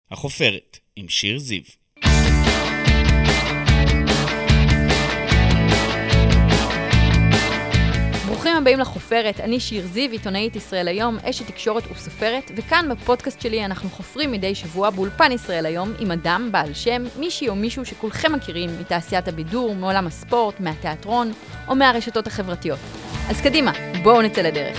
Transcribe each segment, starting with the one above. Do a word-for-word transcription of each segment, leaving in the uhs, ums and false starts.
החופרת, עם שיר זיו. ברוכים הבאים לחופרת, אני שיר זיו, עיתונאית ישראל היום, אשת תקשורת וסופרת, וכאן בפודקאסט שלי אנחנו חופרים מדי שבוע באולפן ישראל היום עם אדם, בעל שם, מישהי או מישהו שכולכם מכירים מתעשיית הבידור, מעולם הספורט, מהתיאטרון או מהרשתות החברתיות. אז קדימה, בואו נצא לדרך.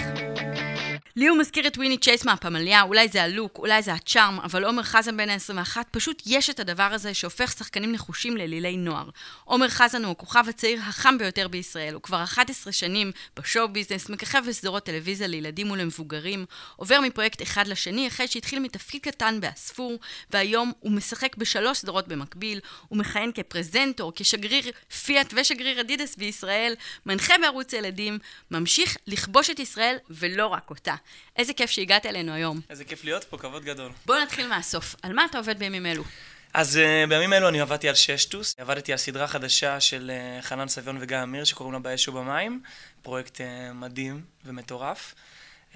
לי הוא מזכיר את וויני צ'ייס מהפמליה, אולי זה הלוק, אולי זה הצ'ארם, אבל עומר חזן בן ה-עשרים ואחת, פשוט יש את הדבר הזה שהופך שחקנים נחושים ללילי נוער. עומר חזן הוא הכוכב הצעיר החם ביותר בישראל, הוא כבר אחת עשרה שנים בשואו ביזנס, מככב בסדרות טלוויזיה לילדים ולמבוגרים, עובר מפרויקט אחד לשני אחרי שהתחיל מתפקיד קטן באספור, והיום הוא משחק בשלוש סדרות במקביל, הוא מכהן כפרזנטור, כשגריר פיאט ושגריר אדידס בישראל, מנחה בערוץ ילדים, ממשיך לכבוש את ישראל ולא רק אותה. איזה כיף שהגעת אלינו היום. איזה כיף להיות פה, כבוד גדול. בואו נתחיל מהסוף. על מה אתה עובד בימים אלו? אז uh, בימים אלו אני עבדתי על ששטוס. עבדתי על סדרה חדשה של uh, חנן סביון וגיא אמיר, שקוראים לה באש ובמים. פרויקט uh, מדהים ומטורף. Uh,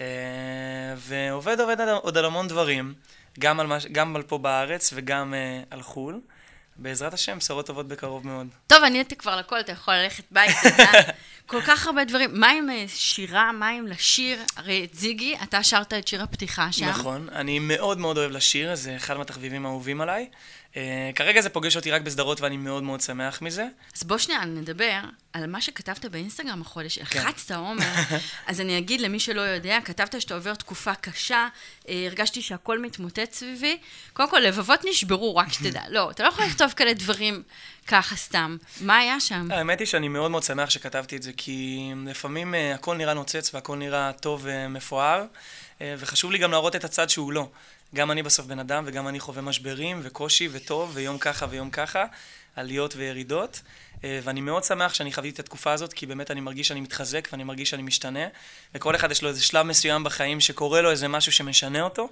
ועובד עובד עוד על המון דברים. גם על, מש... גם על פה בארץ וגם uh, על חול. בעזרת השם, בשורות טובות בקרוב מאוד. טוב, אני הייתי כבר לכל, אתה יכול ללכת בית. כל כך הרבה דברים. מה עם שירה, מה עם לשיר? הרי את זיגי, אתה שרת את שיר הפתיחה שם. נכון, אני מאוד מאוד אוהב לשיר, זה אחד מהתחביבים האהובים עליי. Uh, כרגע זה פוגש אותי רק בסדרות ואני מאוד מאוד שמח מזה. אז בוא שנייה, נדבר על מה שכתבת באינסטגרם החודש. החצת, עומר. אז אני אגיד למי שלא יודע, כתבת שאתה עובר תקופה קשה, uh, הרגשתי שהכל מתמוטט סביבי. קודם כל, לבבות נשברו, רק שתדע. לא, אתה לא יכול לכתוב כאלה דברים ככה סתם. מה היה שם? האמת היא שאני מאוד מאוד שמח שכתבתי את זה, כי לפעמים uh, הכל נראה נוצץ והכל נראה טוב ומפואר, uh, וחשוב לי גם להראות את הצד שהוא לא. גם אני בסוף בן אדם, וגם אני חווה משברים, וקושי, וטוב, ויום ככה ויום ככה, עליות וירידות. ואני מאוד שמח שאני חוויתי את התקופה הזאת, כי באמת אני מרגיש שאני מתחזק, ואני מרגיש שאני משתנה. וכל אחד יש לו איזה שלב מסוים בחיים, שקורה לו איזה משהו שמשנה אותו.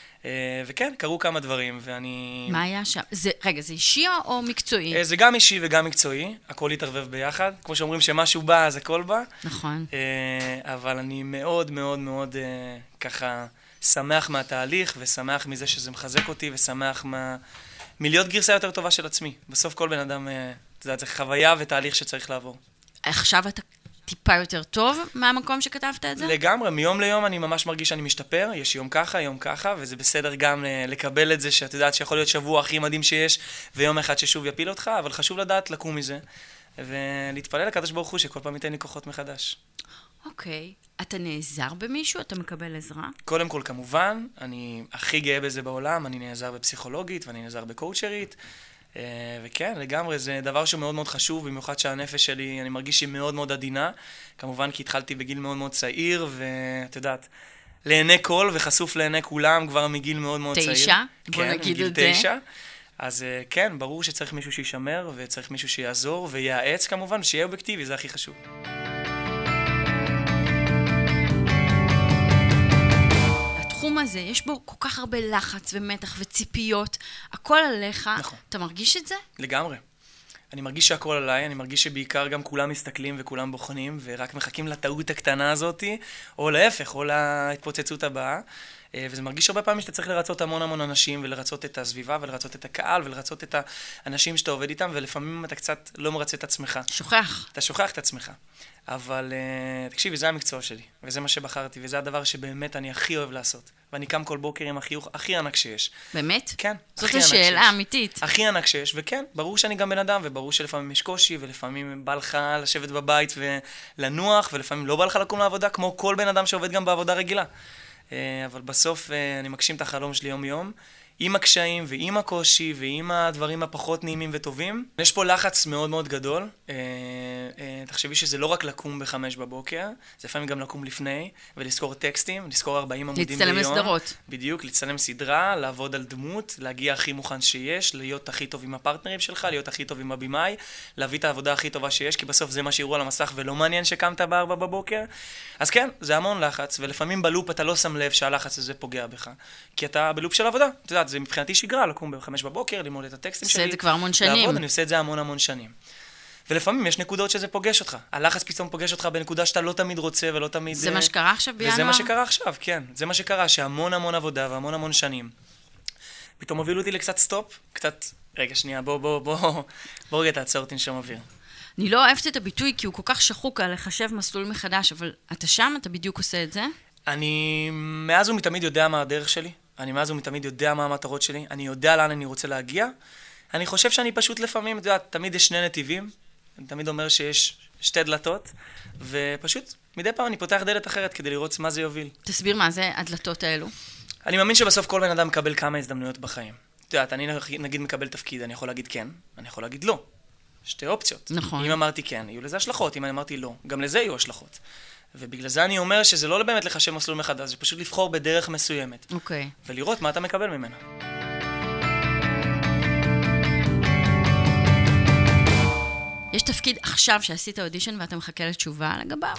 וכן, קרו כמה דברים, ואני... מה היה שם? זה, רגע, זה אישי או מקצועי? זה גם אישי וגם מקצועי. הכל התערבב ביחד. כמו שאומרים שמשהו בא, אז הכל בא. נכון. אבל אני מאוד מאוד מאוד ככה... שמח מהתהליך, ושמח מזה שזה מחזק אותי, ושמח מה... מלהיות גרסה יותר טובה של עצמי. בסוף כל בן אדם, אתה יודע, זה חוויה ותהליך שצריך לעבור. עכשיו אתה טיפה יותר טוב מהמקום שכתבת את זה? לגמרי, מיום ליום אני ממש מרגיש שאני משתפר, יש יום ככה, יום ככה, וזה בסדר גם לקבל את זה, שאת יודעת שיכול להיות שבוע הכי מדהים שיש, ויום אחד ששוב יפיל אותך, אבל חשוב לדעת לקום מזה, ולהתפלל לקדוש ברוך הוא שכל פעם ייתן לי כוחות מחדש. אוקיי. אתה נעזר במישהו? אתה מקבל עזרה? קודם כל, כמובן, אני הכי גאה בזה בעולם, אני נעזר בפסיכולוגית ואני נעזר בקואוצ'רית, וכן, לגמרי, זה דבר שהוא מאוד מאוד חשוב, במיוחד שהנפש שלי, אני מרגיש שהיא מאוד מאוד עדינה, כמובן כי התחלתי בגיל מאוד מאוד צעיר, ואת יודעת, לעיני כל וחשוף לעיני כולם כבר מגיל מאוד מאוד צעיר. תשע? בוא נגיד את זה. תשע. אז כן, ברור שצריך מישהו שישמר, וצריך מישהו שיעזור, ויעץ כמובן, ושיהיה אובייקטיבי, זה הכי חשוב. התחום הזה, יש בו כל כך הרבה לחץ ומתח וציפיות, הכל עליך. נכון. אתה מרגיש את זה? לגמרי. אני מרגיש שהכל עליי, אני מרגיש שבעיקר גם כולם מסתכלים וכולם בוחנים, ורק מחכים לטעות הקטנה הזאת, או להפך, או להתפוצצות הבאה. וזה מרגיש הרבה פעמים שאתה צריך לרצות המון המון אנשים, ולרצות את הסביבה, ולרצות את הקהל, ולרצות את האנשים שאתה עובד איתם, ולפעמים אתה קצת לא מרצה את עצמך. שוכח. אתה שוכח את עצמך. אבל uh, תקשיבי, זה המקצוע שלי, וזה מה שבחרתי, וזה הדבר שבאמת אני הכי אוהב לעשות. ואני קם כל בוקר עם החיוך הכי ענק שיש. באמת? כן. זאת השאלה אמיתית. הכי ענק שיש, וכן, ברור שאני גם בן אדם, וברור שלפעמים יש קושי, ולפעמים בא לך לשבת בבית ולנוח, ולפעמים לא בא לך לקום לעבודה, כמו כל בן אדם שעובד גם בעבודה רגילה. Uh, אבל בסוף uh, אני מגשים את החלום שלי יום יום, עם הקשיים ועם הקושי ועם הדברים הפחות נעימים וטובים. יש פה לחץ מאוד מאוד גדול. אה, אה, תחשבי שזה לא רק לקום בחמש בבוקר, זה לפעמים גם לקום לפני ולזכור טקסטים, לזכור ארבעים עמודים ביום. להצטלם סדרות. בדיוק, להצטלם סדרה, לעבוד על דמות, להגיע הכי מוכן שיש, להיות הכי טוב עם הפרטנרים שלך, להיות הכי טוב עם הבימאי, להביא את העבודה הכי טובה שיש, כי בסוף זה מה שיראו על המסך ולא מעניין שקמת בארבע בבוקר. אז כן, זה המון לחץ, ולפעמים בלופ אתה לא שם לב שהלחץ הזה פוגע בך, כי אתה בלופ של עבודה. אתה יודע, זה מבחינתי שגרה, לקום בחמש בבוקר, ללמוד את הטקסטים שלי. עושה את זה כבר המון שנים. לעבוד, אני עושה את זה המון המון שנים. ולפעמים יש נקודות שזה פוגש אותך. הלחץ פתאום פוגש אותך בנקודה שאתה לא תמיד רוצה ולא תמיד... זה מה שקרה עכשיו בינואר? וזה מה שקרה עכשיו, כן. זה מה שקרה, שהמון המון עבודה והמון המון שנים. פתאום הובילו אותי לקצת סטופ, קצת, רגע שנייה, בוא, בוא, בוא, בוא רגע תעצור, תנשום אוויר. אני לא אוהבת את הביטוי כי הוא כל כך שחוק על לחשב מסלול מחדש, אבל אתה שם, אתה בדיוק עושה את זה? אני מאז ומתמיד יודע מה הדרך שלי, אני מאז ומתמיד יודע מה המטרות שלי, אני יודע לאן אני רוצה להגיע, אני חושב שאני פשוט לפעמים, אתה יודע, תמיד יש שני נתיבים, אני תמיד אומר שיש שתי דלתות, ופשוט מדי פעם אני פותח דלת אחרת כדי לראות מה זה יוביל. תסביר מה זה הדלתות האלו. אני מאמין שבסוף כל בן אדם מקבל כמה הזדמנויות בחיים. אתה יודעת, אני נגיד מקבל תפקיד, אני יכול להגיד כן, אני יכול להגיד לא. שתי אופציות. נכון. אם אמרתי כן, יהיו לזה השלכות, אם אני אמרתי לא, גם לזה יהיו השלכות. ובגלל זה אני אומר שזה לא באמת לחשב מסלול מחדש, זה פשוט לבחור בדרך מסוימת. אוקיי. ולראות מה אתה מקבל ממנה. יש תפקיד עכשיו שעשית אודישן ואתה מחכה לתשובה לגביו?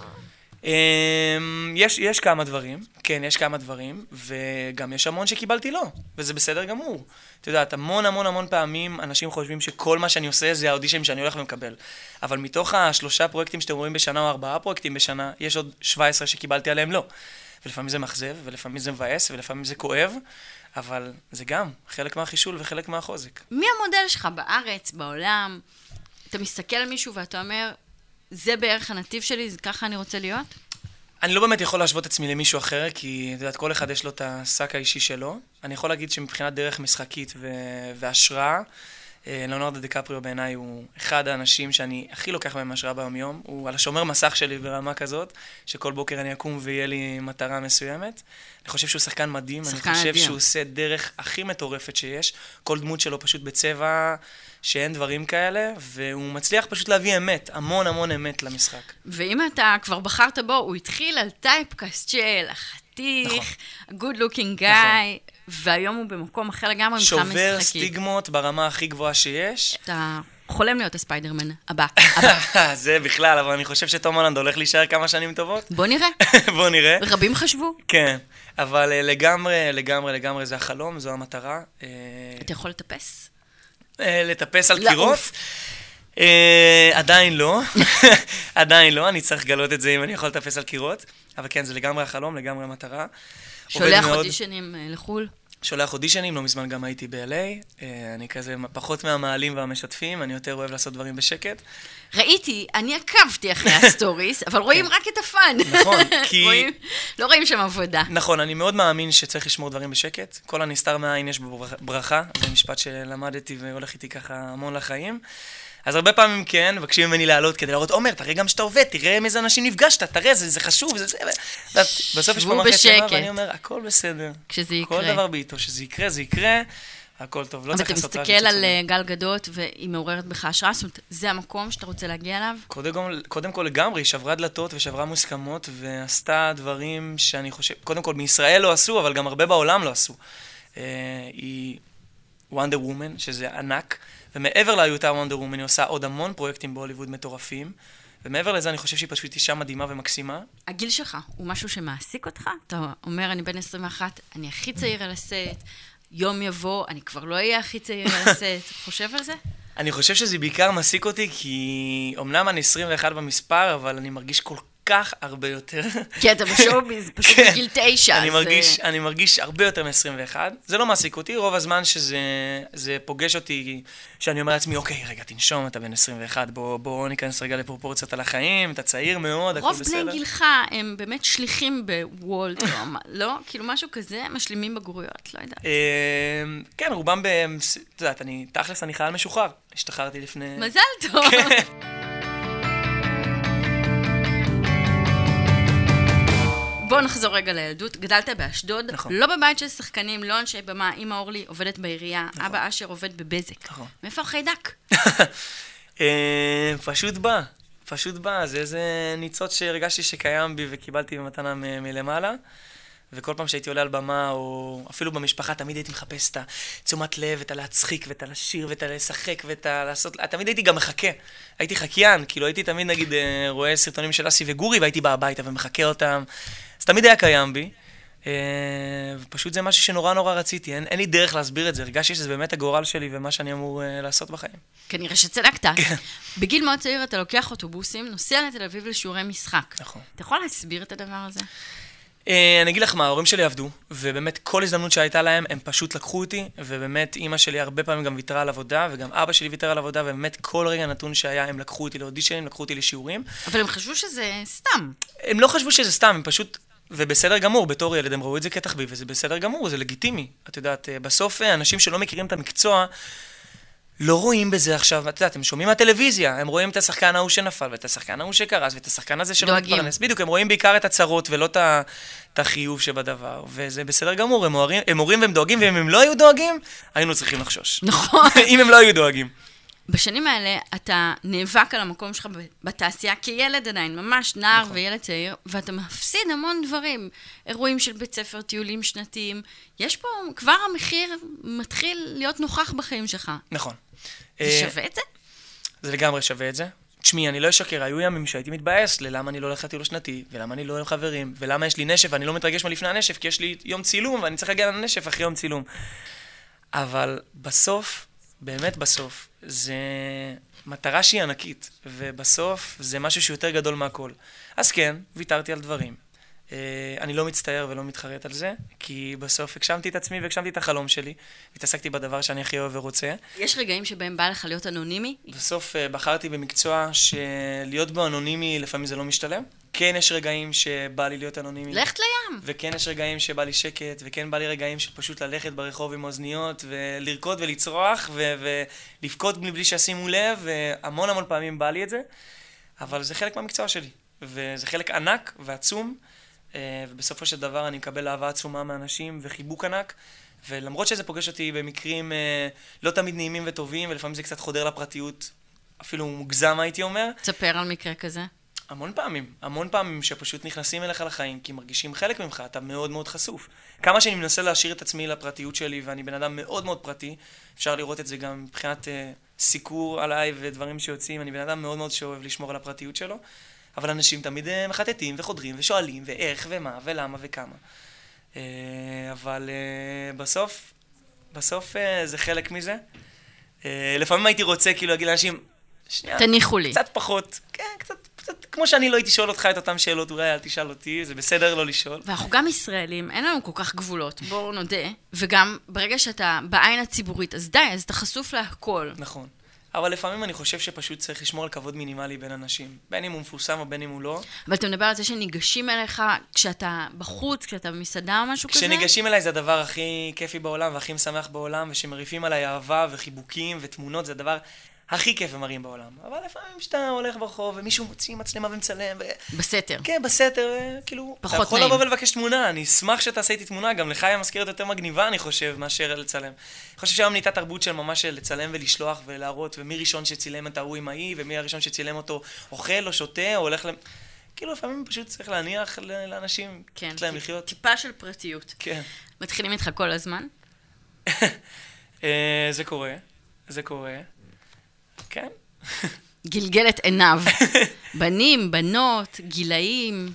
יש, יש כמה דברים, כן, יש כמה דברים, וגם יש המון שקיבלתי לא, וזה בסדר גמור. אתה יודעת, המון המון המון פעמים אנשים חושבים שכל מה שאני עושה זה האודישן שאני הולך ומקבל. אבל מתוך השלושה פרויקטים שאתם רואים בשנה או ארבעה פרויקטים בשנה, יש עוד שבע עשרה שקיבלתי עליהם לא. ולפעמים זה מחזב, ולפעמים זה מבאס, ולפעמים זה כואב, אבל זה גם חלק מהחישול וחלק מהחוזק. מי המודל שלך בארץ, בעולם? אתה מסתכל על מישהו ואתה אומר, זה בערך הנתיב שלי, זה ככה אני רוצה להיות? אני לא באמת יכול להשוות עצמי למישהו אחר, כי את יודעת, כל אחד יש לו את השק האישי שלו. אני יכול להגיד שמבחינת דרך משחקית ו- והשראה, ליאונרדו דיקפריו בעיניי הוא אחד האנשים שאני הכי לוקח מהם השראה ביום יום. הוא על השומר מסך שלי ברמה כזאת, שכל בוקר אני אקום ויהיה לי מטרה מסוימת. אני חושב שהוא שחקן מדהים, שחקן אני חושב מדהים. שהוא עושה דרך הכי מטורפת שיש. כל דמות שלו פשוט בצבע שאין דברים כאלה, והוא מצליח פשוט להביא אמת, המון המון אמת למשחק. ואם אתה כבר בחרת בו, הוא התחיל על טייפקאסט של החתיך, נכון. good looking guy, והיום הוא במקום אחר לגמרי מבחינה משחקית. שובר סטיגמות ברמה הכי גבוהה שיש. אתה חולם להיות הספיידרמן הבא, הבא. זה בכלל, אבל אני חושב שתום הולנד הולך להישאר כמה שנים טובות. בוא נראה. בוא נראה. רבים חשבו. כן, אבל uh, לגמרי, לגמרי, לגמרי זה החלום, זו המטרה. Uh, אתה יכול לטפס? uh, לטפס על לעוף. קירות? Uh, עדיין לא. עדיין לא, אני צריך לגלות את זה אם אני יכול לטפס על קירות. אבל כן, זה לגמרי החלום, לגמרי המטרה. שולח אודישנים לחול? שולח אודישנים, לא מזמן גם הייתי ב-אל איי. אני כזה פחות מהמעלים והמשתפים, אני יותר אוהב לעשות דברים בשקט. ראיתי, אני עקבתי אחרי הסטוריס, אבל רואים רק את הפאן. נכון, כי... לא רואים שם עבודה. נכון, אני מאוד מאמין שצריך לשמור דברים בשקט. כל הנסתר מהעין יש בו ברכה, זה משפט שלמדתי והולך איתי ככה המון לחיים. אז הרבה פעמים כן, מבקשים ממני לעלות כדי להראות, עומר, תראה גם שאתה עובד, תראה עם איזה אנשים נפגשת, תראה, זה, זה חשוב, זה זה. בסוף יש פה מערכת שלמה, ואני אומר, הכל בסדר. כשזה יקרה. כל דבר בעיתו, שזה יקרה, זה יקרה, הכל טוב, לא צריך לעשות רעש. אבל אתה מסתכל על גל גדות, והיא מעוררת בך השראה, זאת אומרת, זה המקום שאתה רוצה להגיע אליו? קודם, קודם כל לגמרי, היא שברה דלתות ושברה מוסכמות, ועשתה דברים שאני חושב, קודם כל מישראל לא עשו, אבל גם הרבה בעולם לא עשו. היא וונדר וומן, שזה ענק, ומעבר להיותה וונדר וומן, היא עושה עוד המון פרויקטים בהוליווד מטורפים, ומעבר לזה אני חושב שהיא פשוט אישה מדהימה ומקסימה. הגיל שלך הוא משהו שמעסיק אותך? אתה אומר, אני בן עשרים ואחת, אני הכי צעיר על הסט, יום יבוא, אני כבר לא אהיה הכי צעיר על הסט. חושב על זה? אני חושב שזה בעיקר מעסיק אותי, כי אמנם אני עשרים ואחת במספר, אבל אני מרגיש כל כך הרבה יותר. כי אתה בשואוביז, פשוט בגיל תשע. אני מרגיש, אני מרגיש הרבה יותר מ-עשרים ואחת. זה לא מעסיק אותי, רוב הזמן שזה זה פוגש אותי, שאני אומר לעצמי, אוקיי, רגע, תנשום, אתה בן עשרים ואחת, בוא, בוא ניכנס רגע לפרופורציות על החיים, אתה צעיר מאוד, הכל בסדר. רוב בני גילך הם באמת שליחים בוולט, לא? כאילו משהו כזה, משלימים בגרויות, לא יודעת. כן, רובם ב... את יודעת, אני, תכלס, אני חייל משוחרר. השתחררתי לפני... מזל טוב. בוא נחזור רגע לילדות. גדלת באשדוד, נכון. לא בבית של שחקנים, לא אנשי במה, אמא אורלי עובדת בעירייה, נכון. אבא אשר עובד בבזק. נכון. מאיפה החיידק? פשוט בא, פשוט בא. זה איזה ניצוץ שהרגשתי שקיים בי וקיבלתי במתנה מ- מלמעלה. וכל פעם שהייתי עולה על במה, או אפילו במשפחה, תמיד הייתי מחפש את תשומת לב, את הלהצחיק, ואת הלשיר, ואת הלשחק, ואת הלעשות... תמיד הייתי גם מחכה. הייתי חקיין, כאילו הייתי תמיד, נגיד, רואה סרטונים של אסי וגורי, והייתי בא הביתה ומחכה אותם. אז תמיד היה קיים בי. ופשוט זה משהו שנורא נורא רציתי. אין, אין לי דרך להסביר את זה. הרגשתי שזה באמת הגורל שלי ומה שאני אמור לעשות בחיים. כנראה שצדקת. בגיל מאוד צעיר אתה לוקח אוטובוסים, נוסע לתל אביב לשיעורי משחק. נכון. אתה יכול להסביר את הדבר הזה? אני אגיד לך מה, ההורים שלי עבדו, ובאמת כל הזדמנות שהייתה להם, הם פשוט לקחו אותי, ובאמת אימא שלי הרבה פעמים גם ויתרה על עבודה, וגם אבא שלי ויתר על עבודה, ובאמת כל רגע נתון שהיה, הם לקחו אותי לאודישנים, לקחו אותי לשיעורים. אבל הם חשבו שזה סתם. הם לא חשבו שזה סתם, הם פשוט, ובסדר גמור, בתור ילד הם ראו את זה כתחביב, וזה בסדר גמור, זה לגיטימי. את יודעת, בסוף אנשים שלא מכירים את המקצוע, לא רואים בזה עכשיו, את יודעת, הם שומעים מהטלוויזיה, הם רואים את השחקן ההוא שנפל, ואת השחקן ההוא שקרס, ואת השחקן הזה שלא מתפרנס. בדיוק, הם רואים בעיקר את הצרות ולא את החיוב שבדבר, וזה בסדר גמור, הם הורים והם דואגים, ואם הם לא היו דואגים, היינו צריכים לחשוש. נכון. אם הם לא היו דואגים. בשנים האלה אתה נאבק על המקום שלך בתעשייה כילד עדיין, ממש נער נכון. וילד צעיר, ואתה מפסיד המון דברים. אירועים של בית ספר, טיולים שנתיים. יש פה, כבר המחיר מתחיל להיות נוכח בחיים שלך. נכון. זה שווה את זה? זה לגמרי שווה את זה. תשמעי, אני לא אשקר, היו ימים שהייתי מתבאס ללמה אני לא הולך לטיול שנתי, ולמה אני לא עם חברים, ולמה יש לי נשף, ואני לא מתרגש מלפני הנשף, כי יש לי יום צילום, ואני צריך להגיע לנשף אחרי יום צילום. אבל בסוף, באמת בסוף, זה מטרה שהיא ענקית, ובסוף זה משהו שיותר גדול מהכל. אז כן, ויתרתי על דברים. אני לא מצטער ולא מתחרט על זה, כי בסוף הגשמתי את עצמי והגשמתי את החלום שלי, והתעסקתי בדבר שאני הכי אוהב ורוצה. יש רגעים שבהם בא לך להיות אנונימי? בסוף בחרתי במקצוע שלהיות בו אנונימי לפעמים זה לא משתלם. כן יש רגעים שבא לי להיות אנונימי. ללכת לים. וכן יש רגעים שבא לי שקט, וכן בא לי רגעים של פשוט ללכת ברחוב עם אוזניות, ולרקוד ולצרוח, ולבכות בלי שישימו לב, והמון המון פעמים בא לי את זה. אבל זה חלק מהמקצוע שלי, וזה חלק ענק ועצום, ובסופו של דבר אני מקבל אהבה עצומה מאנשים וחיבוק ענק, ולמרות שזה פוגש אותי במקרים לא תמיד נעימים וטובים, ולפעמים זה קצת חודר לפרטיות, אפילו מוגזם הייתי אומר. תספר על מקרה כזה. המון פעמים, המון פעמים שפשוט נכנסים אליך לחיים, כי מרגישים חלק ממך, אתה מאוד מאוד חשוף. כמה שאני מנסה להשאיר את עצמי לפרטיות שלי, ואני בן אדם מאוד מאוד פרטי, אפשר לראות את זה גם מבחינת אה, סיקור עליי ודברים שיוצאים, אני בן אדם מאוד מאוד שאוהב לשמור על הפרטיות שלו, אבל אנשים תמיד אה, מחטטים וחודרים ושואלים, ואיך ומה ולמה וכמה. אה, אבל אה, בסוף, בסוף אה, זה חלק מזה. אה, לפעמים הייתי רוצה כאילו להגיד לאנשים, שנייה, תניחו לי. קצת פחות, כן, קצת, קצת, כמו שאני לא הייתי שואל אותך את אותם שאלות, אולי אל תשאל אותי, זה בסדר לא לשאול. ואנחנו גם ישראלים, אין לנו כל כך גבולות, בואו נודה, וגם ברגע שאתה בעין הציבורית, אז די, אז אתה חשוף להכל. נכון. אבל לפעמים אני חושב שפשוט צריך לשמור על כבוד מינימלי בין אנשים, בין אם הוא מפורסם או בין אם הוא לא. אבל אתה מדבר על זה שניגשים אליך כשאתה בחוץ, כשאתה במסעדה או משהו כזה? כשניגשים אליי זה הדבר הכי כיפי בעולם והכי משמח בעולם, ושמריפים עליי אהבה וחיבוקים ותמונות, זה הדבר הכי כיף ומרים בעולם. אבל לפעמים שאתה הולך ברחוב ומישהו מוציא מצלמה ומצלם ו... בסתר. כן, בסתר, כאילו... פחות נעים. אתה יכול לבוא ולבקש תמונה, אני אשמח שתעשה איתי תמונה, גם לך היא מזכירת יותר מגניבה, אני חושב, מאשר לצלם. אני חושב שהיום נהייתה תרבות של ממש לצלם ולשלוח ולהראות, ומי ראשון שצילם את ההוא עם ההיא, ומי הראשון שצילם אותו אוכל או שותה, או הולך ל... כאילו, לפעמים פשוט צריך להניח לאנשים, כן, לתת להם לחיות. טיפה של פרטיות. כן. מתחילים איתך כל הזמן? זה קורה, זה קורה. כן. גלגלת עיניו. בנים, בנות, גילאים.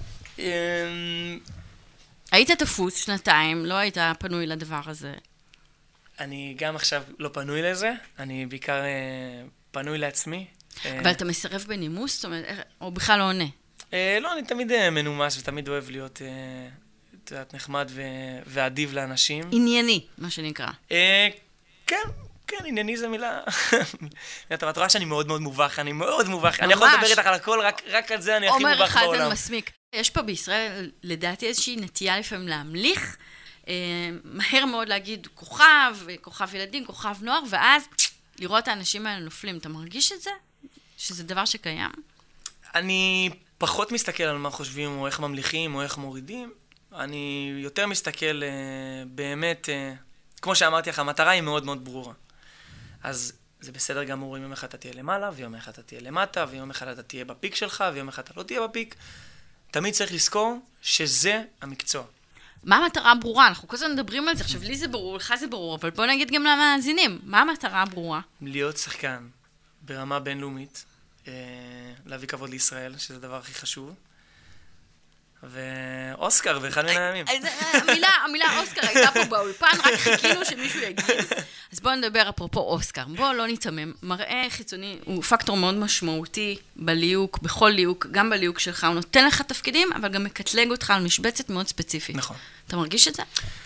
היית תפוס שנתיים, לא היית פנוי לדבר הזה. אני גם עכשיו לא פנוי לזה, אני בעיקר פנוי לעצמי. אבל אתה מסרב בנימוס? זאת אומרת, או בכלל לא עונה? לא, אני תמיד מנומס ותמיד אוהב להיות נחמד ועדיב לאנשים. ענייני, מה שנקרא. כן. כן, ענייני זה מילה. אתה רואה שאני מאוד מאוד מובך, אני מאוד מובך. אני יכול לדבר איתך על הכל, רק על זה אני הכי מובך בעולם. עומר חזן מסמיק. יש פה בישראל, לדעתי, איזושהי נטייה לפעמים להמליך, מהר מאוד להגיד כוכב, כוכב ילדים, כוכב נוער, ואז לראות את האנשים האלה נופלים. אתה מרגיש את זה? שזה דבר שקיים? אני פחות מסתכל על מה חושבים, או איך ממליכים, או איך מורידים. אני יותר מסתכל באמת, כמו שאמרתי לך, המטרה היא מאוד מאוד ברורה. אז זה בסדר גמור אם יום אחד אתה תהיה למעלה, ויום אחד אתה תהיה למטה, ויום אחד אתה תהיה בפיק שלך, ויום אחד אתה לא תהיה בפיק. תמיד צריך לזכור שזה המקצוע. מה המטרה הברורה? אנחנו כל הזמן מדברים על זה. עכשיו, לי זה ברור, לך זה ברור, אבל בוא נגיד גם למאזינים. מה המטרה הברורה? להיות שחקן ברמה בינלאומית, להביא כבוד לישראל, שזה הדבר הכי חשוב. ואוסקר באחד מן הימים. המילה, המילה אוסקר הייתה פה באולפן, רק חיכינו שמישהו יגיד. אז בואו נדבר אפרופו אוסקר. בואו לא ניתמם. מראה חיצוני הוא פקטור מאוד משמעותי בליוק, בכל ליוק, גם בליוק שלך. הוא נותן לך תפקידים, אבל גם מקטלג אותך על משבצת מאוד ספציפית. נכון. אתה מרגיש את זה?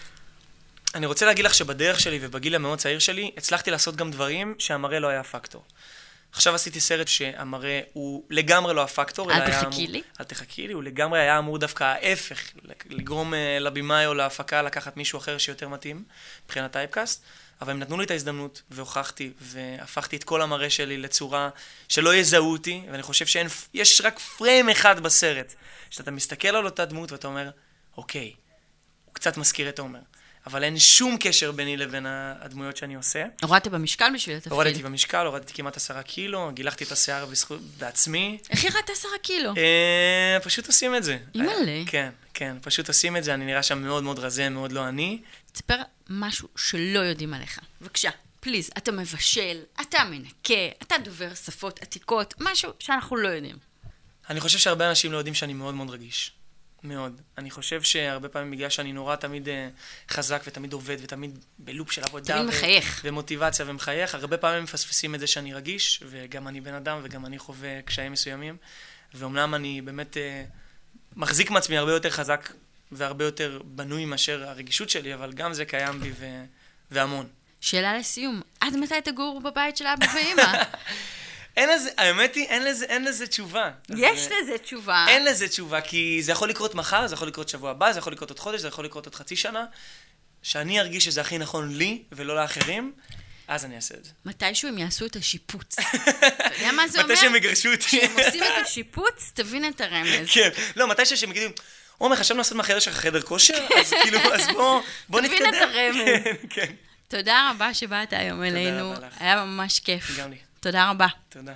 אני רוצה להגיד לך שבדרך שלי ובגיל המאוד צעיר שלי, הצלחתי לעשות גם דברים שהמראה לא היה פקטור. עכשיו עשיתי סרט שהמראה הוא לגמרי לא הפקטור. אל תחכי לי. אל תחכי לי, הוא לגמרי היה אמור דווקא ההפך, לגרום לבימאי או להפקה לקחת מישהו אחר שיותר מתאים, מבחינת טייפקאסט, אבל הם נתנו לי את ההזדמנות, והוכחתי, והפכתי את כל המראה שלי לצורה שלא יזהו אותי, ואני חושב שיש רק פריים אחד בסרט, שאתה מסתכל על אותה דמות ואתה אומר, אוקיי, הוא קצת מזכיר את עומר. אבל אין שום קשר ביני לבין הדמויות שאני עושה. הורדתי במשקל בשביל התפקיד. הורדתי במשקל, הורדתי כמעט עשרה קילו, גילחתי את השיער בעצמי. איך ירדת עשרה קילו? אה, פשוט עושים את זה. אימא'לה. כן, כן, פשוט עושים את זה, אני נראה שם מאוד מאוד רזה, מאוד לא אני. תספר משהו שלא יודעים עליך. בבקשה, פליז, אתה מבשל, אתה מנקה, אתה דובר שפות עתיקות, משהו שאנחנו לא יודעים. אני חושב שהרבה אנשים לא יודעים שאני מאוד מאוד רגיש. מאוד. אני חושב שהרבה פעמים בגלל שאני נורא תמיד uh, חזק ותמיד עובד ותמיד בלופ של עבודה תמיד מחייך. ו- ומוטיבציה ומחייך, הרבה פעמים מפספסים את זה שאני רגיש, וגם אני בן אדם וגם אני חווה קשיים מסוימים, ואומנם אני באמת uh, מחזיק מעצמי הרבה יותר חזק והרבה יותר בנוי מאשר הרגישות שלי, אבל גם זה קיים בי ו- והמון. שאלה לסיום, עד מתי תגור בבית של אבא ואמא? אין לזה, האמת היא, אין לזה, אין לזה תשובה. יש אז, לזה תשובה. אין לזה תשובה, כי זה יכול לקרות מחר, זה יכול לקרות שבוע הבא, זה יכול לקרות עוד חודש, זה יכול לקרות עוד חצי שנה, שאני ארגיש שזה הכי נכון לי ולא לאחרים, אז אני אעשה את זה. מתישהו הם יעשו את השיפוץ. אתה יודע מה זה אומר? מתי שהם יגרשו אותי. כשהם עושים את השיפוץ, תבין את הרמז. כן, לא, מתי שהם יגידו, עומר, חשבנו לעשות מהחדר שלך חדר כושר? אז כאילו, אז בוא נתקדם. תבין את הרמז. כן. תודה רבה שבאת היום אלינו. היה ממש כיף. גם לי. תודה רבה. תודה.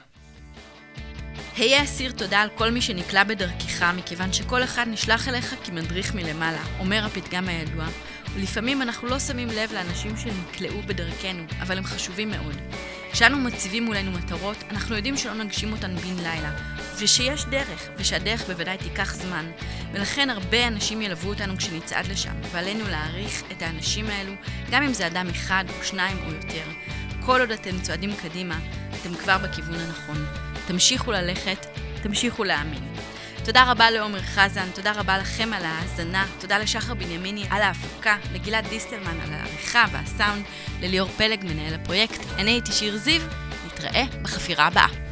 היה אסיר תודה על כל מי שנקלע בדרכך, מכיוון שכל אחד נשלח אליך כמדריך מלמעלה, אומר הפתגם הידוע, ולפעמים אנחנו לא שמים לב לאנשים שנקלעו בדרכנו, אבל הם חשובים מאוד. כשאנו מציבים מולנו מטרות, אנחנו יודעים שלא נגשים אותן בן לילה, ושיש דרך, ושהדרך בוודאי תיקח זמן, ולכן הרבה אנשים ילוו אותנו כשנצעד לשם, ועלינו להעריך את האנשים האלו, גם אם זה אדם אחד או שניים או יותר. כל עוד אתם צועדים קדימה, אתם כבר בכיוון הנכון. תמשיכו ללכת, תמשיכו להאמין. תודה רבה לעומר חזן, תודה רבה לכם על ההאזנה, תודה לשחר בנימיני על ההפקה, לגלעד דיסטלמן על העריכה והסאונד, לליאור פלג מנהל הפרויקט. אני הייתי שיר זיו, נתראה בחפירה הבאה.